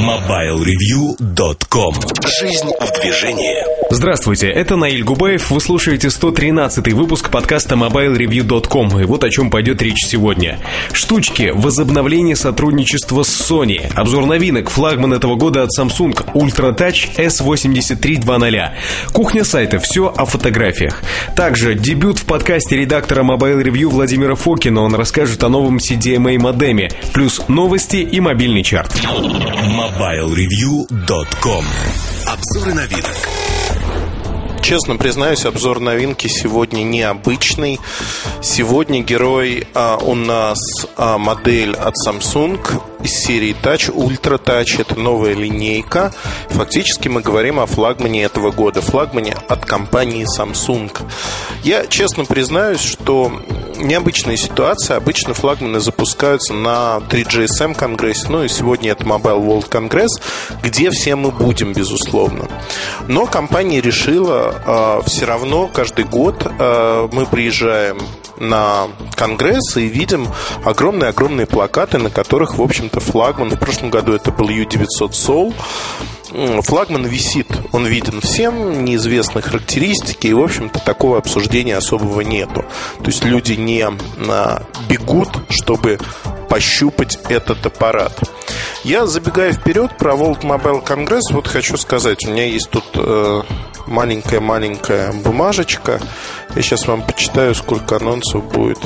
MobileReview.com. Жизнь в движении. Здравствуйте, это Наиль Губаев. Вы слушаете 113-й выпуск подкаста MobileReview.com. И вот о чем пойдет речь сегодня. Штучки, возобновление сотрудничества с Sony, обзор новинок, флагман этого года от Samsung, Ultra Touch S83 2.0, кухня сайта, все о фотографиях. Также дебют в подкасте редактора Mobile Review Владимира Фокина. Он расскажет о новом CDMA модеме, плюс новости и мобильный чарт. MobileReview.com. Обзоры новинок. Честно признаюсь, обзор новинки сегодня необычный. Сегодня герой у нас модель от Samsung из серии Touch, Ultra Touch. Это новая линейка. Фактически мы говорим о флагмане этого года. Флагмане от компании Samsung. Я честно признаюсь, что необычная ситуация. Обычно флагманы запускаются на 3GSM конгрессе. Ну и сегодня это Mobile World Congress, где все мы будем, безусловно. Но компания решила все равно каждый год мы приезжаем на конгресс и видим огромные-огромные плакаты, на которых, в общем-то, флагман. В прошлом году это был U900 Soul. Флагман висит, он виден всем, неизвестны характеристики, и, в общем-то, такого обсуждения особого нету. То есть люди не бегут, чтобы пощупать этот аппарат. Я, забегая вперед про World Mobile Congress, вот хочу сказать, у меня есть тут маленькая бумажечка. Я сейчас вам почитаю, сколько анонсов будет.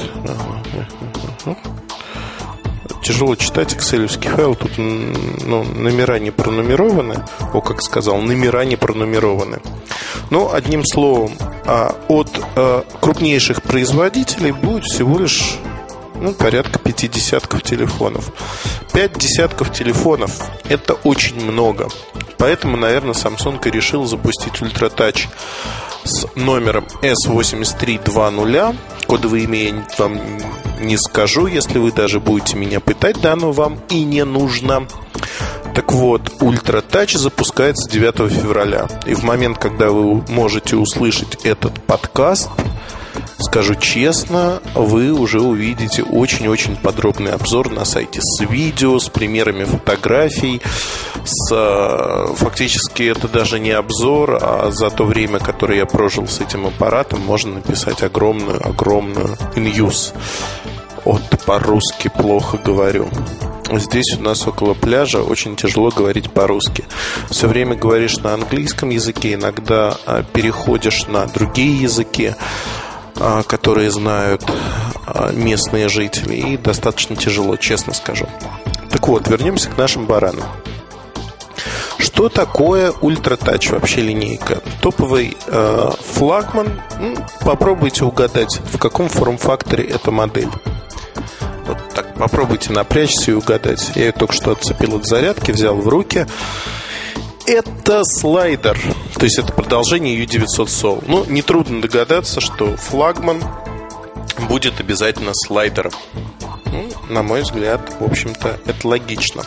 Тяжело читать экселевский файл. Тут номера не пронумерованы. Как сказал, номера не пронумерованы. Но, одним словом, от крупнейших производителей будет всего лишь порядка 5 десятков телефонов. 5 десятков телефонов – это очень много. Поэтому, наверное, Samsung и решил запустить Ultra Touch с номером S83 2.0. Кодовое имя я вам не скажу, если вы даже будете меня пытать, да, оно вам и не нужно. Так вот, Ultra Touch запускается 9 февраля. И в момент, когда вы можете услышать этот подкаст, скажу честно, вы уже увидите очень-очень подробный обзор на сайте с видео, с примерами фотографий. Фактически это даже не обзор, а за то время, которое я прожил с этим аппаратом, можно написать огромную news. По-русски плохо говорю. Здесь у нас около пляжа очень тяжело говорить по-русски. Все время говоришь на английском языке, иногда переходишь на другие языки, которые знают местные жители, и достаточно тяжело, честно скажу. Так вот, вернемся к нашим баранам. Что такое Ultra Touch, вообще линейка? Топовый флагман. Попробуйте угадать, в каком форм-факторе эта модель. Вот так, попробуйте напрячься и угадать. Я ее только что отцепил от зарядки, взял в руки. Это слайдер, то есть это продолжение U900 Soul. Нетрудно догадаться, что флагман будет обязательно слайдером. На мой взгляд, в общем-то, это логично.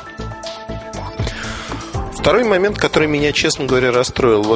Второй момент, который меня, честно говоря, расстроил.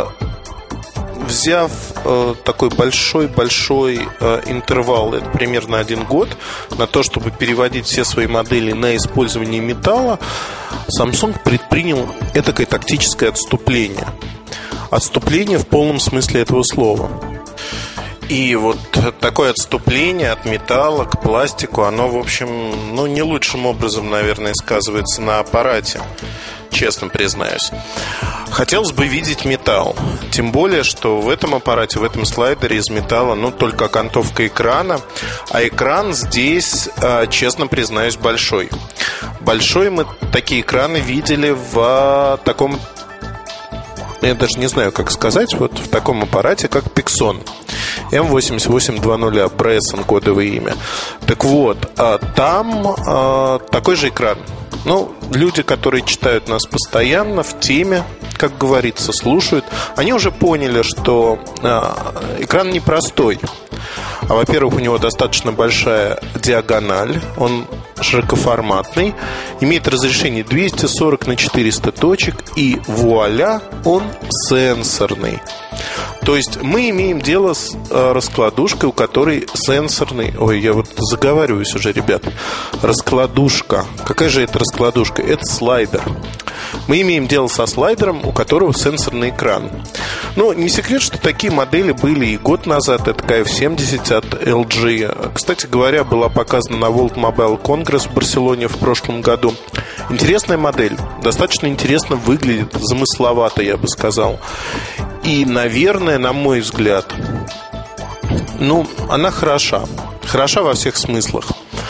Взяв такой большой интервал, это примерно 1 год, на то, чтобы переводить все свои модели на использование металла, Samsung предпринял этакое тактическое отступление. Отступление в полном смысле этого слова. И вот такое отступление от металла к пластику, оно, в общем, не лучшим образом, наверное, сказывается на аппарате. Честно признаюсь. Хотелось бы видеть металл. Тем более, что в этом аппарате, в этом слайдере из металла, только окантовка экрана. А экран здесь, честно признаюсь, большой. Большой мы такие экраны видели в таком... Я даже не знаю, как сказать. Вот в таком аппарате, как Pixon M8820, Bresson кодовое имя. Так вот, там такой же экран. Люди, которые читают нас постоянно, в теме, как говорится, слушают, они уже поняли, что экран непростой. Во-первых, у него достаточно большая диагональ, он широкоформатный, имеет разрешение 240 на 400 точек, и вуаля, он сенсорный. То есть мы имеем дело с раскладушкой, у которой сенсорный... Ой, я вот заговариваюсь уже, ребят. Раскладушка. Какая же это раскладушка? Это слайдер. Мы имеем дело со слайдером, у которого сенсорный экран. Ну, не секрет, что такие модели были и год назад. Это KF70 от LG. Кстати говоря, была показана на World Mobile Congress в Барселоне в прошлом году. Интересная модель. Достаточно интересно выглядит, замысловато, я бы сказал. И, наверное, на мой взгляд, она хороша. Хороша во всех смыслах.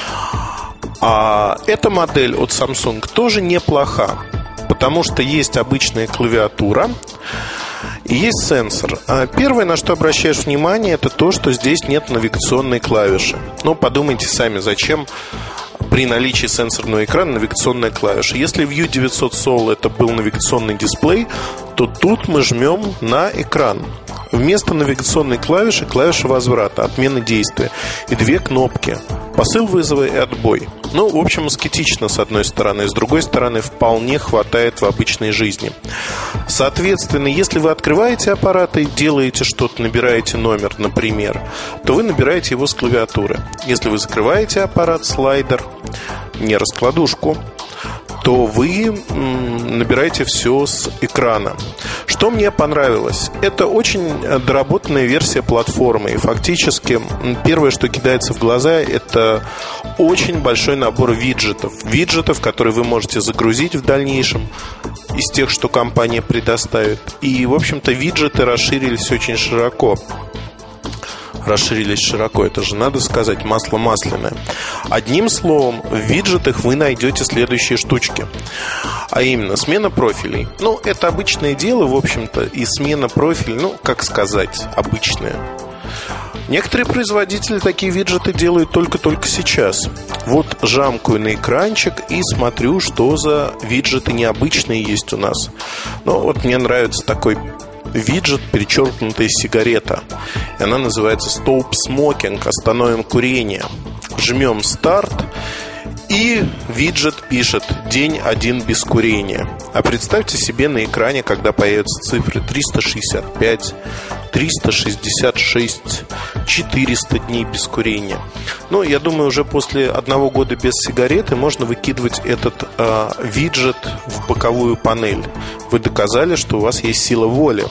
А эта модель от Samsung тоже неплоха, потому что есть обычная клавиатура и есть сенсор. Первое, на что обращаешь внимание, это то, что здесь нет навигационной клавиши. Подумайте сами, зачем при наличии сенсорного экрана навигационная клавиша. Если в U900 Soul это был навигационный дисплей, то тут мы жмем на экран. Вместо навигационной клавиши клавиша возврата, отмены действия и две кнопки: посыл вызова и отбой. В общем, аскетично с одной стороны, с другой стороны, вполне хватает в обычной жизни. Соответственно, если вы открываете аппарат и делаете что-то, набираете номер, например, то вы набираете его с клавиатуры. Если вы закрываете аппарат, слайдер, не раскладушку, то вы набираете все с экрана. Что мне понравилось? Это очень доработанная версия платформы. И фактически первое, что кидается в глаза, это очень большой набор виджетов. Виджетов, которые вы можете загрузить в дальнейшем из тех, что компания предоставит. И, в общем-то, виджеты расширились очень широко. Это же, надо сказать, масло масляное. Одним словом, в виджетах вы найдете следующие штучки. А именно, смена профилей. Это обычное дело, в общем-то. И смена профилей, как сказать, обычная. Некоторые производители такие виджеты делают только-только сейчас. Вот жамкаю на экранчик и смотрю, что за виджеты необычные есть у нас. Мне нравится такой виджет, перечеркнутая сигарета. И она называется Stop Smoking, остановим курение. Жмем старт, и виджет пишет: день 1 без курения. А представьте себе на экране, когда появятся цифры 365, 366, 400 дней без курения. Я думаю, уже после 1 года без сигареты можно выкидывать этот виджет в боковую панель. Вы доказали, что у вас есть сила воли.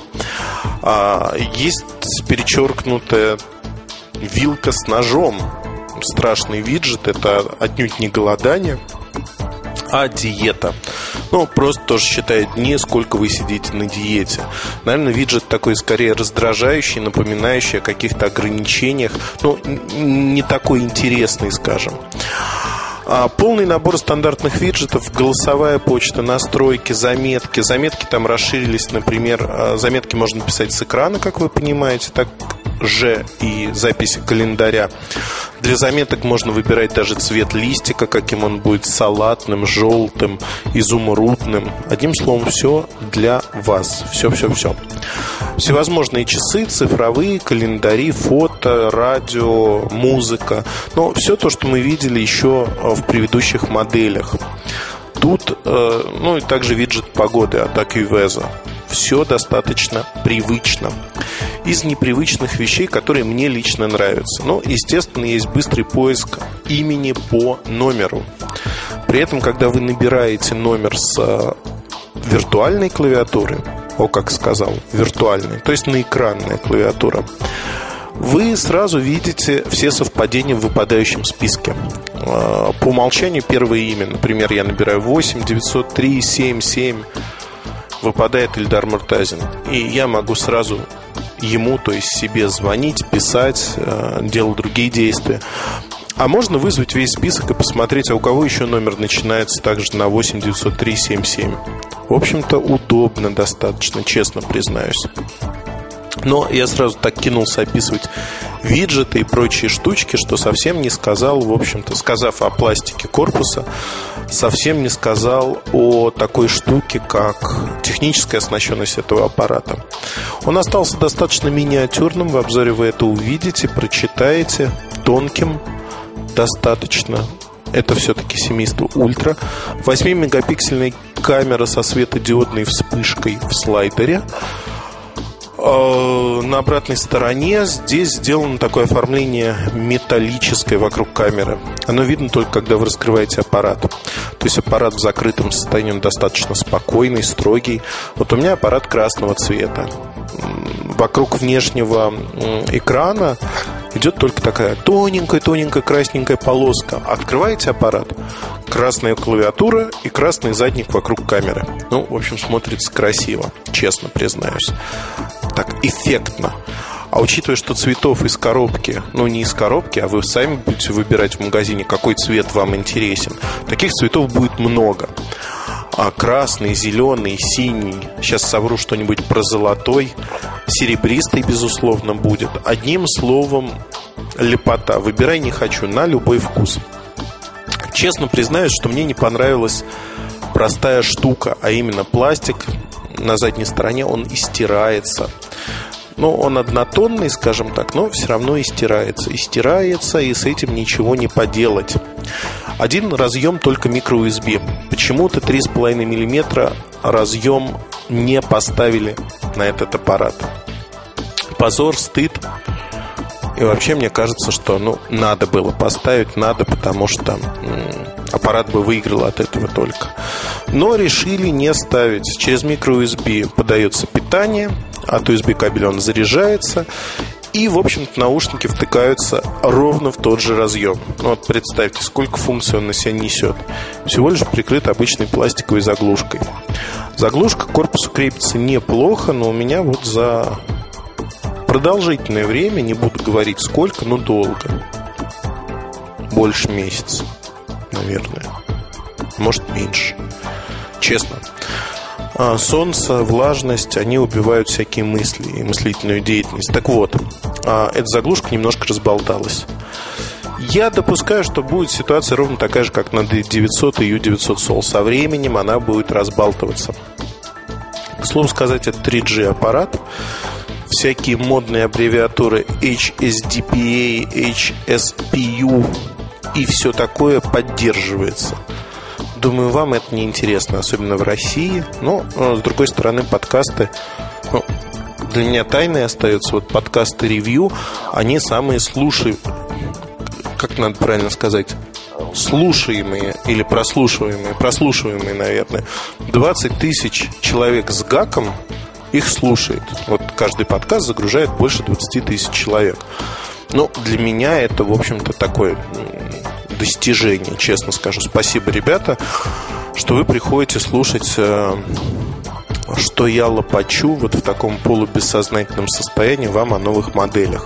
Есть перечеркнутая вилка с ножом. Страшный виджет. Это отнюдь не голодание, а диета. Просто тоже считает дни, сколько вы сидите на диете. Наверное, виджет такой скорее раздражающий, напоминающий о каких-то ограничениях. Не такой интересный, скажем. Полный набор стандартных виджетов: голосовая почта, настройки, заметки. Заметки там расширились, например, заметки можно писать с экрана, как вы понимаете, так же и записи календаря. Для заметок можно выбирать даже цвет листика, каким он будет: салатным, желтым, изумрудным. Одним словом, все для вас. Все. Всевозможные часы, цифровые, календари, фото, радио, музыка. Все то, что мы видели еще в предыдущих моделях. Тут, и также виджет погоды от AccuWeather. Все достаточно привычно. Из непривычных вещей, которые мне лично нравятся. Естественно, есть быстрый поиск имени по номеру. При этом, когда вы набираете номер с виртуальной клавиатуры, как сказал, виртуальной, то есть наэкранная клавиатура, вы сразу видите все совпадения в выпадающем списке. По умолчанию первое имя. Например, я набираю 8-903-77. Выпадает Ильдар Муртазин. И я могу сразу ему, то есть себе, звонить, писать, делать другие действия. А можно вызвать весь список и посмотреть, а у кого еще номер начинается также на 8-903-77. В общем-то, удобно достаточно, честно признаюсь. Но я сразу так кинулся описывать виджеты и прочие штучки, что совсем не сказал, в общем-то, сказав о пластике корпуса, совсем не сказал о такой штуке, как техническая оснащенность этого аппарата. Он остался достаточно миниатюрным, в обзоре вы это увидите, прочитаете, тонким достаточно. Это все-таки семейство Ультра. 8-мегапиксельная камера со светодиодной вспышкой в слайдере. на обратной стороне здесь сделано такое оформление металлическое вокруг камеры. Оно видно только, когда вы раскрываете аппарат. То есть аппарат в закрытом состоянии, он достаточно спокойный, строгий. Вот у меня аппарат красного цвета. Вокруг внешнего экрана идет только такая тоненькая красненькая полоска. Открываете аппарат, красная клавиатура и красный задник вокруг камеры. Ну, в общем, смотрится красиво, честно признаюсь. Так, эффектно. А учитывая, что цветов из коробки, ну не из коробки, а вы сами будете выбирать в магазине, какой цвет вам интересен, таких цветов будет много. Красный, зеленый, синий. Сейчас совру что-нибудь про золотой. Серебристый, безусловно, будет. Одним словом, лепота. Выбирай не хочу, на любой вкус. Честно признаюсь, что мне не понравилась простая штука, а именно пластик на задней стороне, он и стирается. Ну, он однотонный, скажем так, но все равно и стирается. И стирается, и с этим ничего не поделать. Один разъем только microUSB. Почему-то 3,5 мм разъем не поставили на этот аппарат. Позор, стыд. И вообще мне кажется, что надо было поставить, потому что аппарат бы выиграл от этого только. Но решили не ставить. Через microUSB подается питание, от USB кабеля он заряжается. И, в общем-то, наушники втыкаются ровно в тот же разъем. Ну, вот представьте, сколько функций он на себя несет. Всего лишь прикрыт обычной пластиковой заглушкой. Заглушка к корпусу крепится неплохо, но у меня вот за продолжительное время, не буду говорить сколько, но долго. Больше месяца, наверное. Может, меньше. Честно. Солнце, влажность, они убивают всякие мысли и мыслительную деятельность. Так вот, эта заглушка немножко разболталась. Я допускаю, что будет ситуация ровно такая же, как на D900 и U900 Sol. Со временем она будет разбалтываться. К слову сказать, это 3G аппарат. Всякие модные аббревиатуры HSDPA, HSPU и все такое поддерживается. Думаю, вам это не интересно, особенно в России. Но, с другой стороны, подкасты, для меня тайной остаются. Вот подкасты ревью, они самые как надо правильно сказать, слушаемые или прослушиваемые, наверное. 20 тысяч человек с гаком их слушает. Вот каждый подкаст загружает больше 20 тысяч человек. Ну, для меня это, в общем-то, такое достижение, честно скажу. Спасибо, ребята, что вы приходите слушать, что я лопачу вот в таком полубессознательном состоянии вам о новых моделях.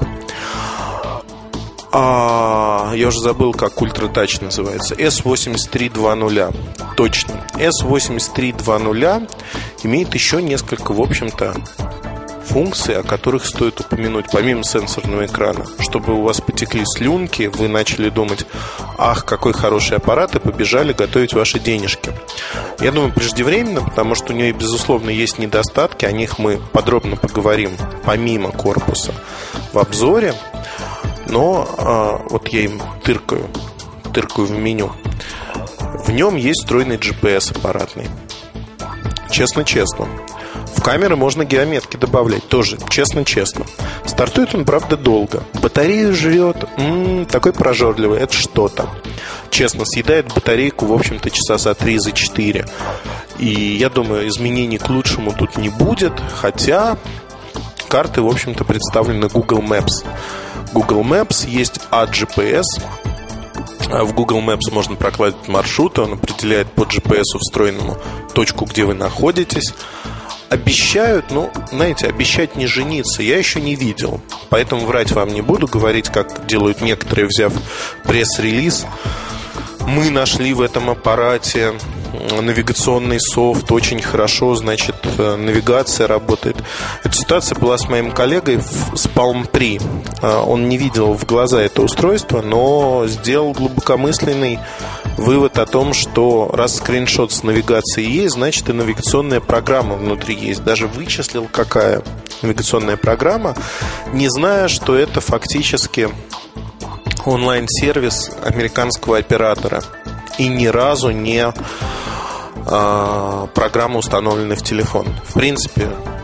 Я уже забыл, как ультратач называется. S8320. Точно. S8320 имеет еще несколько, в общем-то, функций, о которых стоит упомянуть, помимо сенсорного экрана. Чтобы у вас потекли слюнки, вы начали думать: ах, какой хороший аппарат, и побежали готовить ваши денежки. Я думаю, преждевременно, потому что у нее, безусловно, есть недостатки. О них мы подробно поговорим помимо корпуса в обзоре. Но вот я им тыркаю в меню. В нем есть встроенный GPS аппаратный. Честно. В камеры можно геометки добавлять. Тоже честно. Стартует он, правда, долго. Батарею жрет такой прожорливый. Это что-то. Честно, съедает батарейку, в общем-то, часа за 3-4. И я думаю, изменений к лучшему тут не будет. Хотя карты, в общем-то, представлены Google Maps. Google Maps есть AGPS. В Google Maps можно прокладывать маршруты. Он определяет по GPS встроенному точку, где вы находитесь. Обещают, знаете, обещать не жениться я еще не видел. Поэтому врать вам не буду, говорить, как делают некоторые, взяв пресс-релиз. Мы нашли в этом аппарате навигационный софт, очень хорошо, значит, навигация работает. Эта ситуация была с моим коллегой с Palm Pre. Он не видел в глаза это устройство, но сделал глубокомысленный вывод о том, что раз скриншот с навигацией есть, значит и навигационная программа внутри есть. Даже вычислил, какая навигационная программа, не зная, что это фактически онлайн-сервис американского оператора. И ни разу не программа, установленная в телефон. В принципе,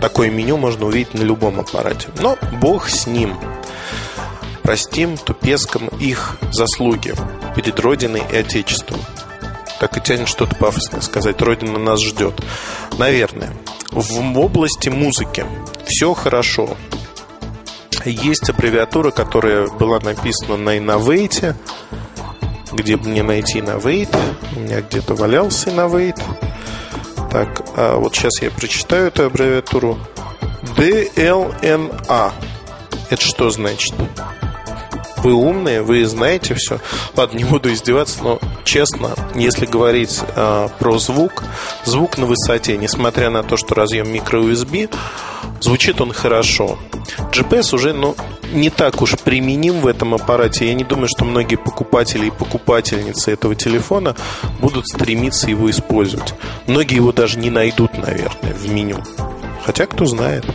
такое меню можно увидеть на любом аппарате. Но бог с ним. Простим тупескам их заслуги перед Родиной и Отечеством. Так и тянет что-то пафосное сказать. Родина нас ждет. Наверное. В области музыки все хорошо. Есть аббревиатура, которая была написана на Innovate. Где бы мне найти Innovate? У меня где-то валялся Innovate. Так, вот сейчас я прочитаю эту аббревиатуру. DLNA. Это что значит? Вы умные, вы знаете все. Ладно, не буду издеваться, но честно, если говорить про звук, звук на высоте, несмотря на то, что разъем micro-USB, звучит он хорошо. GPS уже, не так уж применим в этом аппарате. Я не думаю, что многие покупатели и покупательницы этого телефона будут стремиться его использовать. Многие его даже не найдут, наверное, в меню. Хотя, кто знает.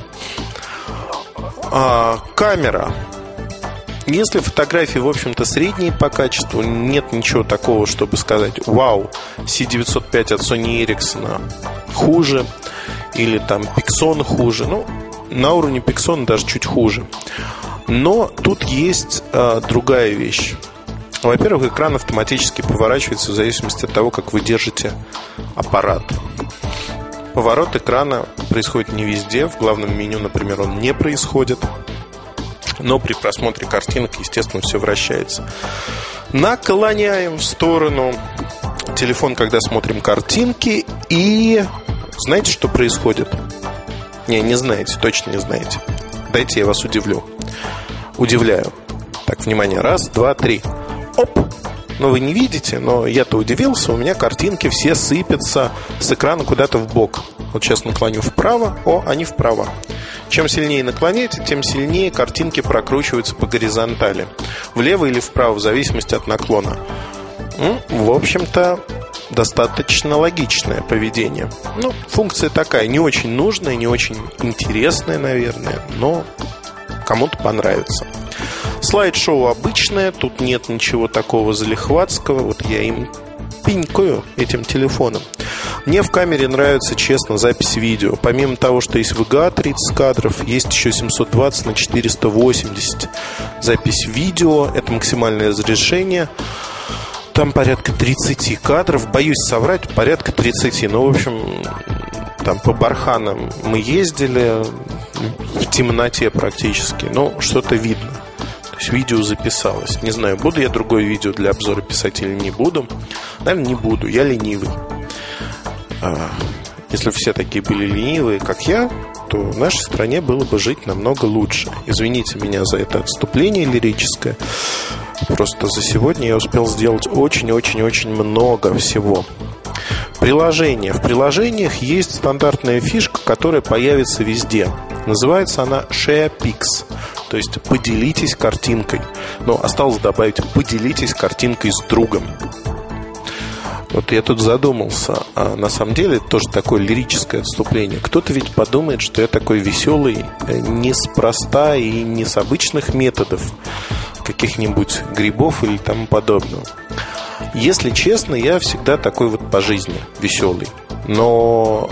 Камера. Если фотографии, в общем-то, средние по качеству, нет ничего такого, чтобы сказать: вау, C905 от Sony Ericsson хуже, или там Pixon хуже. На уровне Pixon даже чуть хуже. Но тут есть другая вещь. Во-первых, экран автоматически поворачивается в зависимости от того, как вы держите аппарат. Поворот экрана происходит не везде. В главном меню, например, он не происходит. Но при просмотре картинок, естественно, все вращается. Наклоняем в сторону телефон, когда смотрим картинки. И знаете, что происходит? Не знаете, точно не знаете. Дайте я вас удивлю. Удивляю. Так, внимание, 1, 2, 3. Оп! Вы не видите, но я-то удивился. У меня картинки все сыпятся с экрана куда-то в бок. Вот сейчас наклоню вправо. Они вправо. Чем сильнее наклоняете, тем сильнее картинки прокручиваются по горизонтали. Влево или вправо, в зависимости от наклона. В общем-то, достаточно логичное поведение. Функция такая, не очень нужная, не очень интересная, наверное, но кому-то понравится. Слайд-шоу обычное, тут нет ничего такого залихватского. Вот я им пинькаю этим телефоном. Мне в камере нравится, честно, запись видео. Помимо того, что есть VGA 30 кадров, есть еще 720 на 480 запись видео. Это максимальное разрешение. Там порядка 30 кадров. Боюсь соврать, порядка 30. В общем, там по барханам мы ездили в темноте практически. Что-то видно. То есть видео записалось. Не знаю, буду я другое видео для обзора писать или не буду. Наверное, не буду. Я ленивый. Если все такие были ленивые, как я, то в нашей стране было бы жить намного лучше. Извините меня за это отступление лирическое. Просто за сегодня я успел сделать очень-очень-очень много всего. Приложения. В приложениях есть стандартная фишка, которая появится везде. Называется она SharePix. То есть поделитесь картинкой. Но осталось добавить: поделитесь картинкой с другом. Вот я тут задумался. А на самом деле это тоже такое лирическое отступление. Кто-то ведь подумает, что я такой веселый неспроста и не с обычных методов, каких-нибудь грибов или тому подобного. Если честно, я всегда такой вот по жизни веселый. Но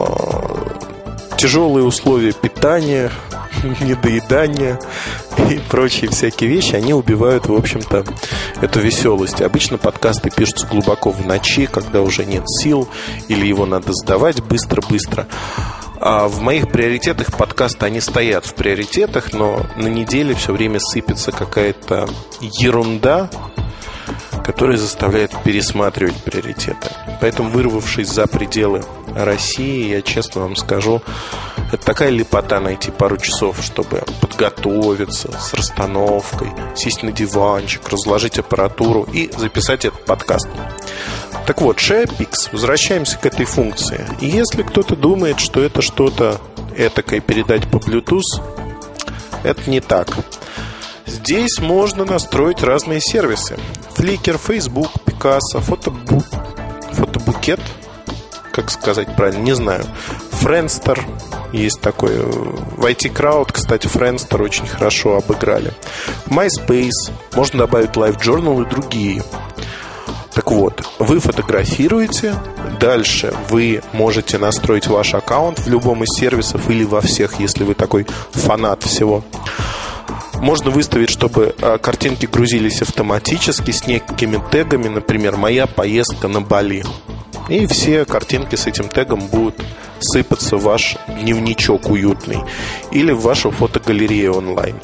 тяжелые условия питания, недоедания и прочие всякие вещи, они убивают, в общем-то, эту веселость. Обычно подкасты пишутся глубоко в ночи, когда уже нет сил, или его надо сдавать быстро-быстро. А в моих приоритетах подкасты, они стоят в приоритетах, но на неделе все время сыпется какая-то ерунда, которая заставляет пересматривать приоритеты. Поэтому, вырвавшись за пределы России, я честно вам скажу, это такая лепота найти пару часов, чтобы подготовиться с расстановкой, сесть на диванчик, разложить аппаратуру и записать этот подкаст. Так вот, SharePix. Возвращаемся к этой функции. И если кто-то думает, что это что-то этакое передать по Bluetooth, это не так. Здесь можно настроить разные сервисы. Flickr, Facebook, Picasa, фотобукет, как сказать правильно, не знаю. Friendster есть такой. В IT Crowd, кстати, Friendster очень хорошо обыграли. MySpace. Можно добавить LiveJournal и другие. Так вот, вы фотографируете, Дальше вы можете настроить ваш аккаунт в любом из сервисов или во всех, если вы такой фанат всего. Можно выставить, чтобы картинки грузились автоматически с некими тегами, например, «Моя поездка на Бали». И все картинки с этим тегом будут сыпаться в ваш дневничок уютный или в вашу фотогалерею онлайн.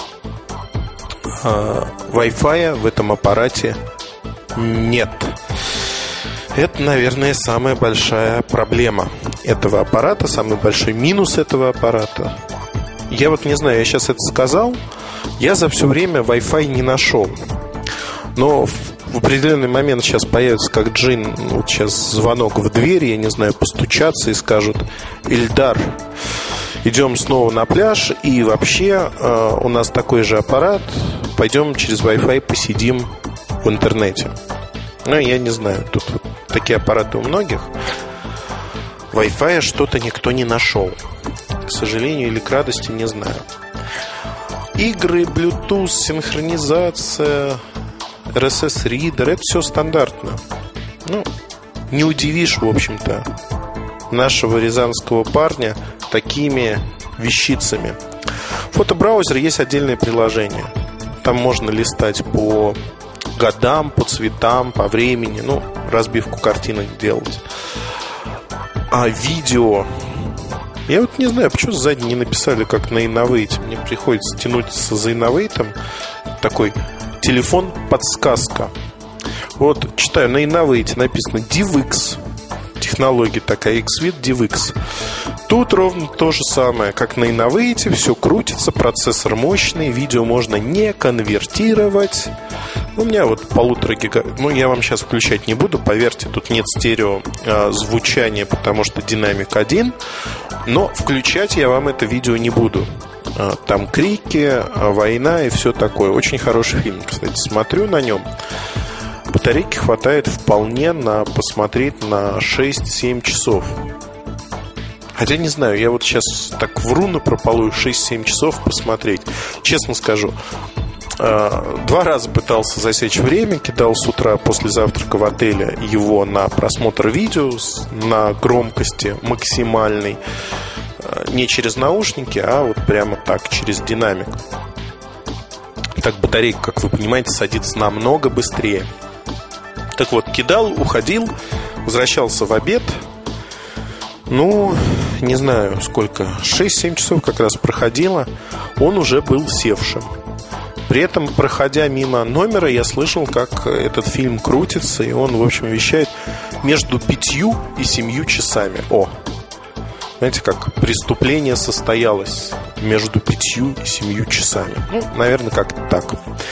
Wi-Fi в этом аппарате нет. Это, наверное, самая большая проблема этого аппарата, самый большой минус этого аппарата. Я вот не знаю, я сейчас это сказал, я за все время Wi-Fi не нашел. Но в определенный момент сейчас появится как джин, вот сейчас звонок в дверь, я не знаю, постучаться и скажут: Ильдар, идем снова на пляж, и вообще у нас такой же аппарат, пойдем через Wi-Fi посидим в интернете. Ну, я не знаю, тут вот такие аппараты у многих. Wi-Fi что-то никто не нашел, к сожалению или к радости, не знаю. Игры, Bluetooth, синхронизация, RSS-ридер, это все стандартно. Ну, не удивишь, в общем-то, нашего рязанского парня такими вещицами. В фотобраузер есть отдельное приложение. Там можно листать по годам, по цветам, по времени, ну, разбивку картинок делать. А видео... Я вот не знаю, почему сзади не написали, как на Innovate. Мне приходится тянуться за Innovate. Такой телефон-подсказка. Вот, читаю, на Innovate написано DivX. Технология такая, XVID DivX. Тут ровно то же самое, как на Innovate. Все крутится, процессор мощный. Видео можно не конвертировать. У меня вот 1,5 гига. Ну, я вам сейчас включать не буду. Поверьте, тут нет стерео звучания, потому что динамик один. Но включать я вам это видео не буду. Там крики, война и все такое. Очень хороший фильм, кстати. Смотрю на нем. Батарейки хватает вполне на посмотреть на 6-7 часов. Хотя не знаю, я вот сейчас так вру напропалую 6-7 часов посмотреть. Честно скажу, 2 раза пытался засечь время, кидал с утра после завтрака в отеле его на просмотр видео на громкости максимальной, не через наушники, а вот прямо так, через динамик. Так батарейка, как вы понимаете, садится намного быстрее. Так вот, кидал, уходил, возвращался в обед. Ну, не знаю сколько, 6-7 часов как раз проходило. Он уже был севшим. При этом, проходя мимо номера, я слышал, как этот фильм крутится. И он, в общем, вещает между 5 и 7 часами. О, знаете, как преступление состоялось между 5 и 7 часами. Ну, наверное, как-то так.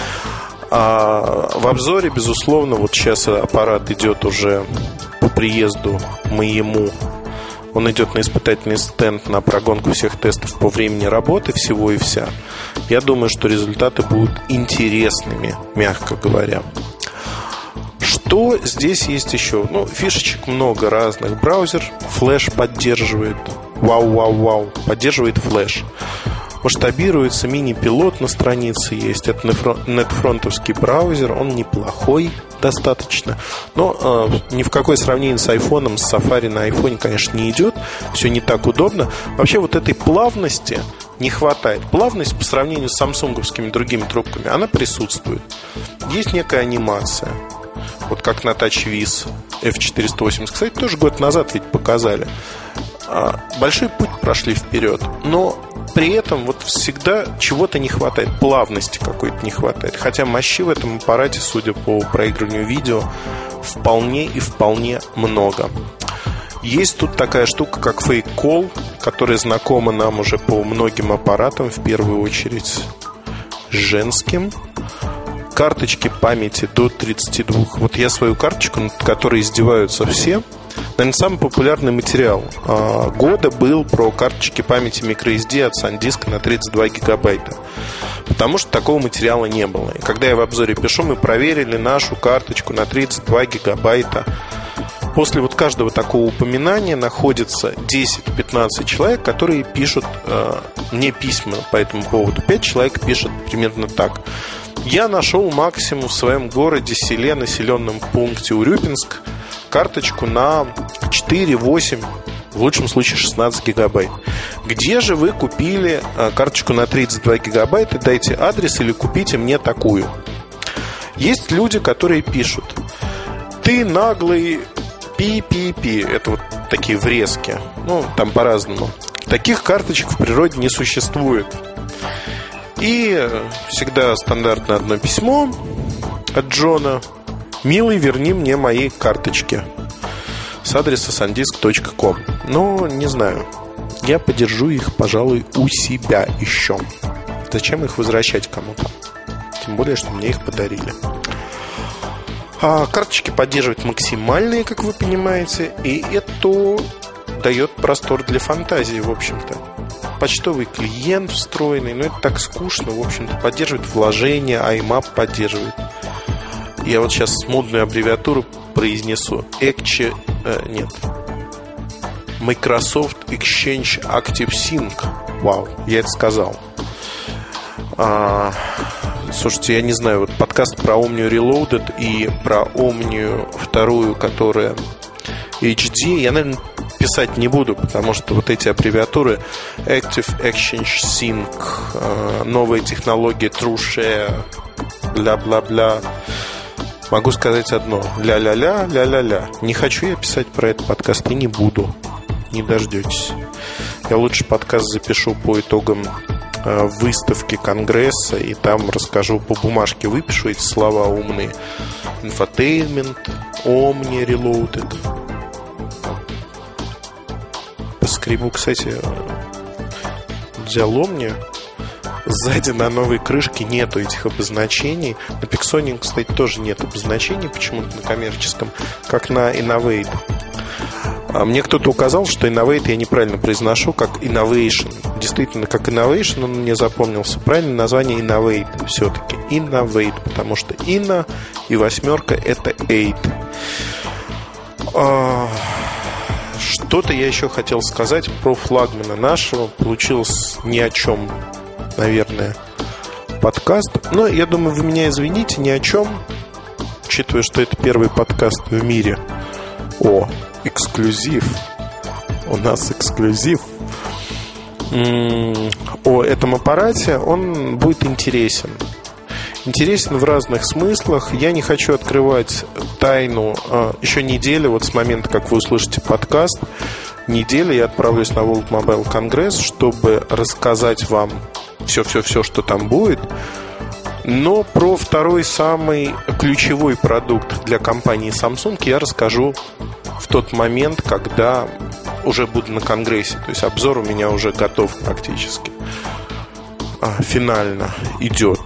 А в обзоре, безусловно, вот сейчас аппарат идет уже по приезду моему. Он идет на испытательный стенд на прогонку всех тестов по времени работы всего и вся. Я думаю, что результаты будут интересными, мягко говоря. Что здесь есть еще? Ну, фишечек много разных. Браузер флеш поддерживает. Вау. Поддерживает флеш. Масштабируется мини-пилот на странице есть. Это нетфронтовский браузер. Он неплохой достаточно. Но ни в какое сравнение с айфоном, с Safari на айфоне, конечно, не идет. Все не так удобно. Вообще вот этой плавности не хватает. Плавность по сравнению с самсунговскими другими трубками, она присутствует. Есть некая анимация. Вот как на TouchWiz F480. Кстати, тоже год назад ведь показали. Большой путь прошли вперед. Но при этом вот всегда чего-то не хватает. Плавности какой-то не хватает. Хотя мощи в этом аппарате, судя по проигрыванию видео, вполне и вполне много. Есть тут такая штука, как Fake Call, которая знакома нам уже по многим аппаратам, в первую очередь женским. Карточки памяти до 32. Вот я свою карточку, над которой издеваются все. Наверное, самый популярный материал года был про карточки памяти microSD от SanDisk на 32 гигабайта. Потому что такого материала не было. И когда я в обзоре пишу, мы проверили нашу карточку на 32 гигабайта. После вот каждого такого упоминания находится 10-15 человек, которые пишут мне письма по этому поводу. 5 человек пишут примерно так. Я нашел максимум в своем городе, селе, населенном пункте Урюпинск карточку на 4, 8, в лучшем случае 16 гигабайт. Где же вы купили карточку на 32 гигабайта? Дайте адрес или купите мне такую. Есть люди, которые пишут: ты наглый пи-пи-пи. Это вот такие врезки. Ну, там по-разному. Таких карточек в природе не существует. И всегда стандартно одно письмо от Джона: милый, верни мне мои карточки, с адреса sandisk.com. Но не знаю, я подержу их, пожалуй, у себя еще. Зачем их возвращать кому-то? Тем более, что мне их подарили. Карточки поддерживают максимальные, как вы понимаете, и это дает простор для фантазии, в общем-то. Почтовый клиент встроенный, но это так скучно, в общем-то. Поддерживает вложения, IMAP поддерживает. Я вот сейчас модную аббревиатуру произнесу. Microsoft Exchange Active Sync. Вау, я это сказал. Слушайте, я не знаю, вот подкаст про Omnium Reloaded и про Omnium вторую, которая HD, я, наверное, писать не буду, потому что вот эти аббревиатуры Active Exchange Sync, новая технология TrueShare, бла-бла-бла. Могу сказать одно: ля-ля-ля, ля-ля-ля. Не хочу я писать про этот подкаст и не буду. Не дождетесь. Я лучше подкаст запишу по итогам выставки Конгресса, и там расскажу, по бумажке выпишу эти слова умные: Infotainment, Omni Reloaded. Поскребу, кстати, взял Omni. Сзади на новой крышке нету этих обозначений. На Pixonic, кстати, тоже нет обозначений почему-то на коммерческом, как на Innovate. Мне кто-то указал, что Innovate я неправильно произношу, как Innovation. Действительно, как Innovation он мне запомнился. Правильное название Innovate все-таки. Innovate, потому что Inno и восьмерка — это 8. Что-то я еще хотел сказать про флагмана нашего. Получилось ни о чем, наверное, подкаст. Но я думаю, вы меня извините, ни о чем, учитывая, что это первый подкаст в мире. Эксклюзив. У нас эксклюзив. О этом аппарате. Он будет интересен. Интересен в разных смыслах. Я не хочу открывать тайну. Еще неделя, вот с момента, как вы услышите подкаст, неделя я отправлюсь на World Mobile Congress, чтобы рассказать вам все, что там будет. Но про второй самый ключевой продукт для компании Samsung я расскажу в тот момент, когда уже буду на Конгрессе. То есть обзор у меня уже готов практически. Финально идет.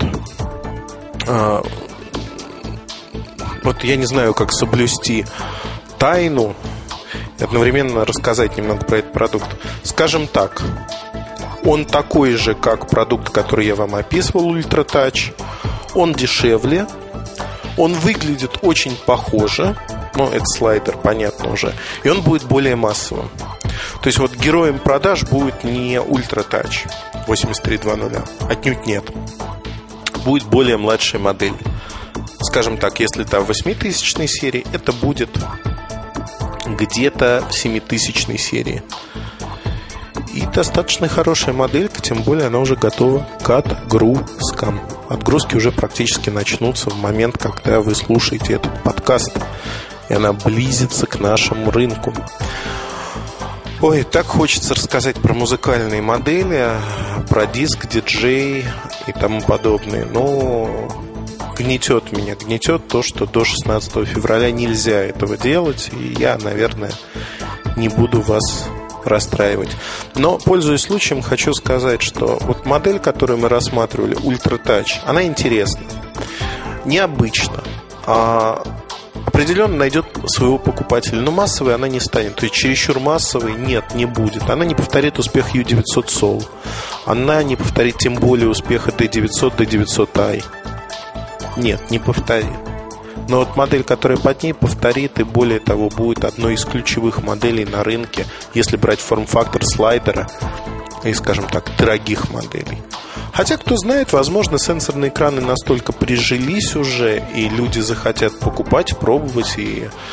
Вот я не знаю, как соблюсти тайну и одновременно рассказать немного про этот продукт. Скажем так, он такой же, как продукт, который я вам описывал, Ultra Touch. Он дешевле. Он выглядит очень похоже. Ну, это слайдер, понятно уже. И он будет более массовым. То есть вот героем продаж будет не Ultra Touch 8320. Отнюдь нет. Будет более младшая модель. Скажем так, если это в 8000 серии, это будет где-то в 7000 серии. И достаточно хорошая моделька, тем более она уже готова к отгрузкам. Отгрузки уже практически начнутся в момент, когда вы слушаете этот подкаст, и она близится к нашему рынку. Ой, так хочется рассказать про музыкальные модели, про диск, диджей и тому подобное. Но гнетет то, что до 16 февраля нельзя этого делать. И я, наверное, не буду вас расстраивать. Но, пользуясь случаем, хочу сказать, что вот модель, которую мы рассматривали, Ultra Touch, она интересна, необычна, определенно найдет своего покупателя. Но массовой она не станет. То есть чересчур массовой не будет. Она не повторит успех U900 Soul. Она не повторит тем более успеха D900, D900i. Нет, не повторит. Но вот модель, которая под ней, повторит, и более того, будет одной из ключевых моделей на рынке, если брать форм-фактор слайдера и, скажем так, дорогих моделей. Хотя, кто знает, возможно, сенсорные экраны настолько прижились уже, и люди захотят покупать, пробовать, и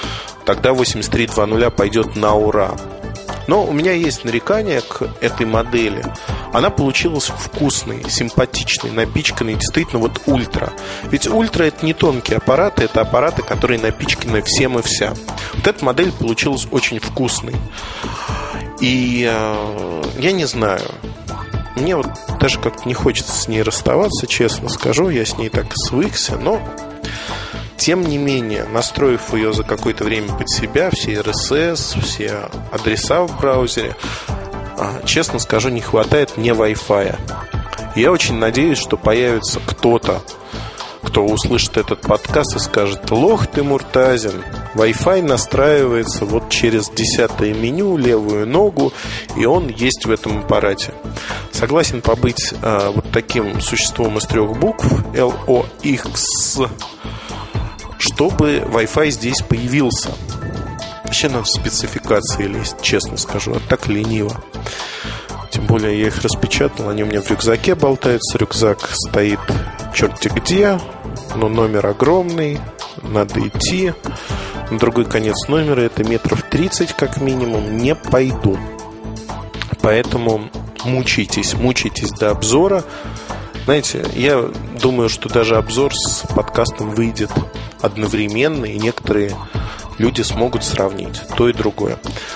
тогда 8300 пойдет на ура. Но у меня есть нарекания к этой модели. Она получилась вкусной, симпатичной, напичканной, действительно вот ультра. Ведь ультра — это не тонкие аппараты, это аппараты, которые напичканы всем и вся. Вот эта модель получилась очень вкусной. И я не знаю, мне вот даже как-то не хочется с ней расставаться, честно скажу. Я с ней так свыкся, но тем не менее, настроив ее за какое-то время под себя, все RSS, все адреса в браузере, честно скажу, не хватает мне Wi-Fi. Я очень надеюсь, что появится кто-то, кто услышит этот подкаст и скажет: лох ты, Муртазин, Wi-Fi настраивается вот через 10-е меню, левую ногу, и он есть в этом аппарате. Согласен побыть вот таким существом из 3 букв LOX, чтобы Wi-Fi здесь появился. Вообще надо в спецификации лезть, честно скажу, а так лениво. Тем более я их распечатал, они у меня в рюкзаке болтаются. Рюкзак стоит черти где, но номер огромный, надо идти. На другой конец номера, это метров 30 как минимум, не пойду. Поэтому мучайтесь до обзора. Знаете, я думаю, что даже обзор с подкастом выйдет одновременно, и некоторые люди смогут сравнить то и другое.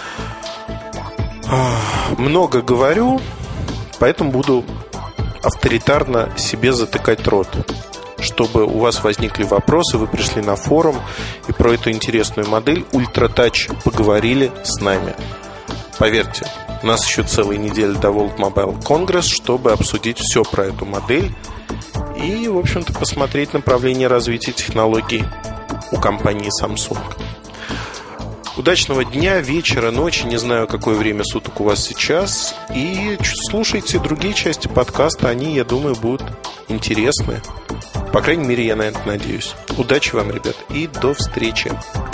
Много говорю, поэтому буду авторитарно себе затыкать рот, чтобы у вас возникли вопросы, вы пришли на форум и про эту интересную модель Ultra Touch поговорили с нами. Поверьте, у нас еще целая неделя до World Mobile Congress, чтобы обсудить все про эту модель и, в общем-то, посмотреть направление развития технологий у компании Samsung. Удачного дня, вечера, ночи, не знаю, какое время суток у вас сейчас. И слушайте другие части подкаста, они, я думаю, будут интересны. По крайней мере, я на это надеюсь. Удачи вам, ребят, и до встречи.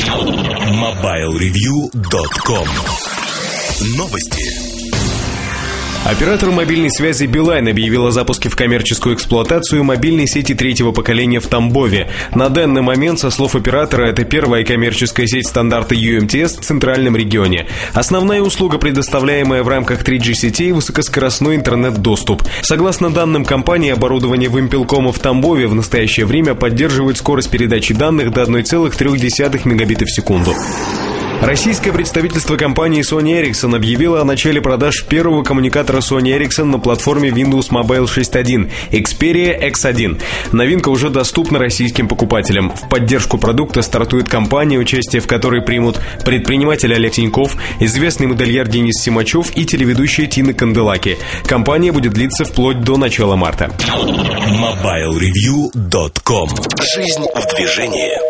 MobileReview.com. Новости. Оператор мобильной связи Билайн объявил о запуске в коммерческую эксплуатацию мобильной сети 3-го поколения в Тамбове. На данный момент, со слов оператора, это первая коммерческая сеть стандарта UMTS в центральном регионе. Основная услуга, предоставляемая в рамках 3G сетей, высокоскоростной интернет-доступ. Согласно данным компании, оборудование Вимпелкома в Тамбове в настоящее время поддерживает скорость передачи данных до 1,3 мегабита в секунду. Российское представительство компании Sony Ericsson объявило о начале продаж первого коммуникатора Sony Ericsson на платформе Windows Mobile 6.1 Xperia X1. Новинка уже доступна российским покупателям. В поддержку продукта стартует кампания, участие в которой примут предприниматель Олег Тиньков, известный модельер Денис Симачев и телеведущая Тина Канделаки. Кампания будет длиться вплоть до начала марта. MobileReview.com. Жизнь в движении.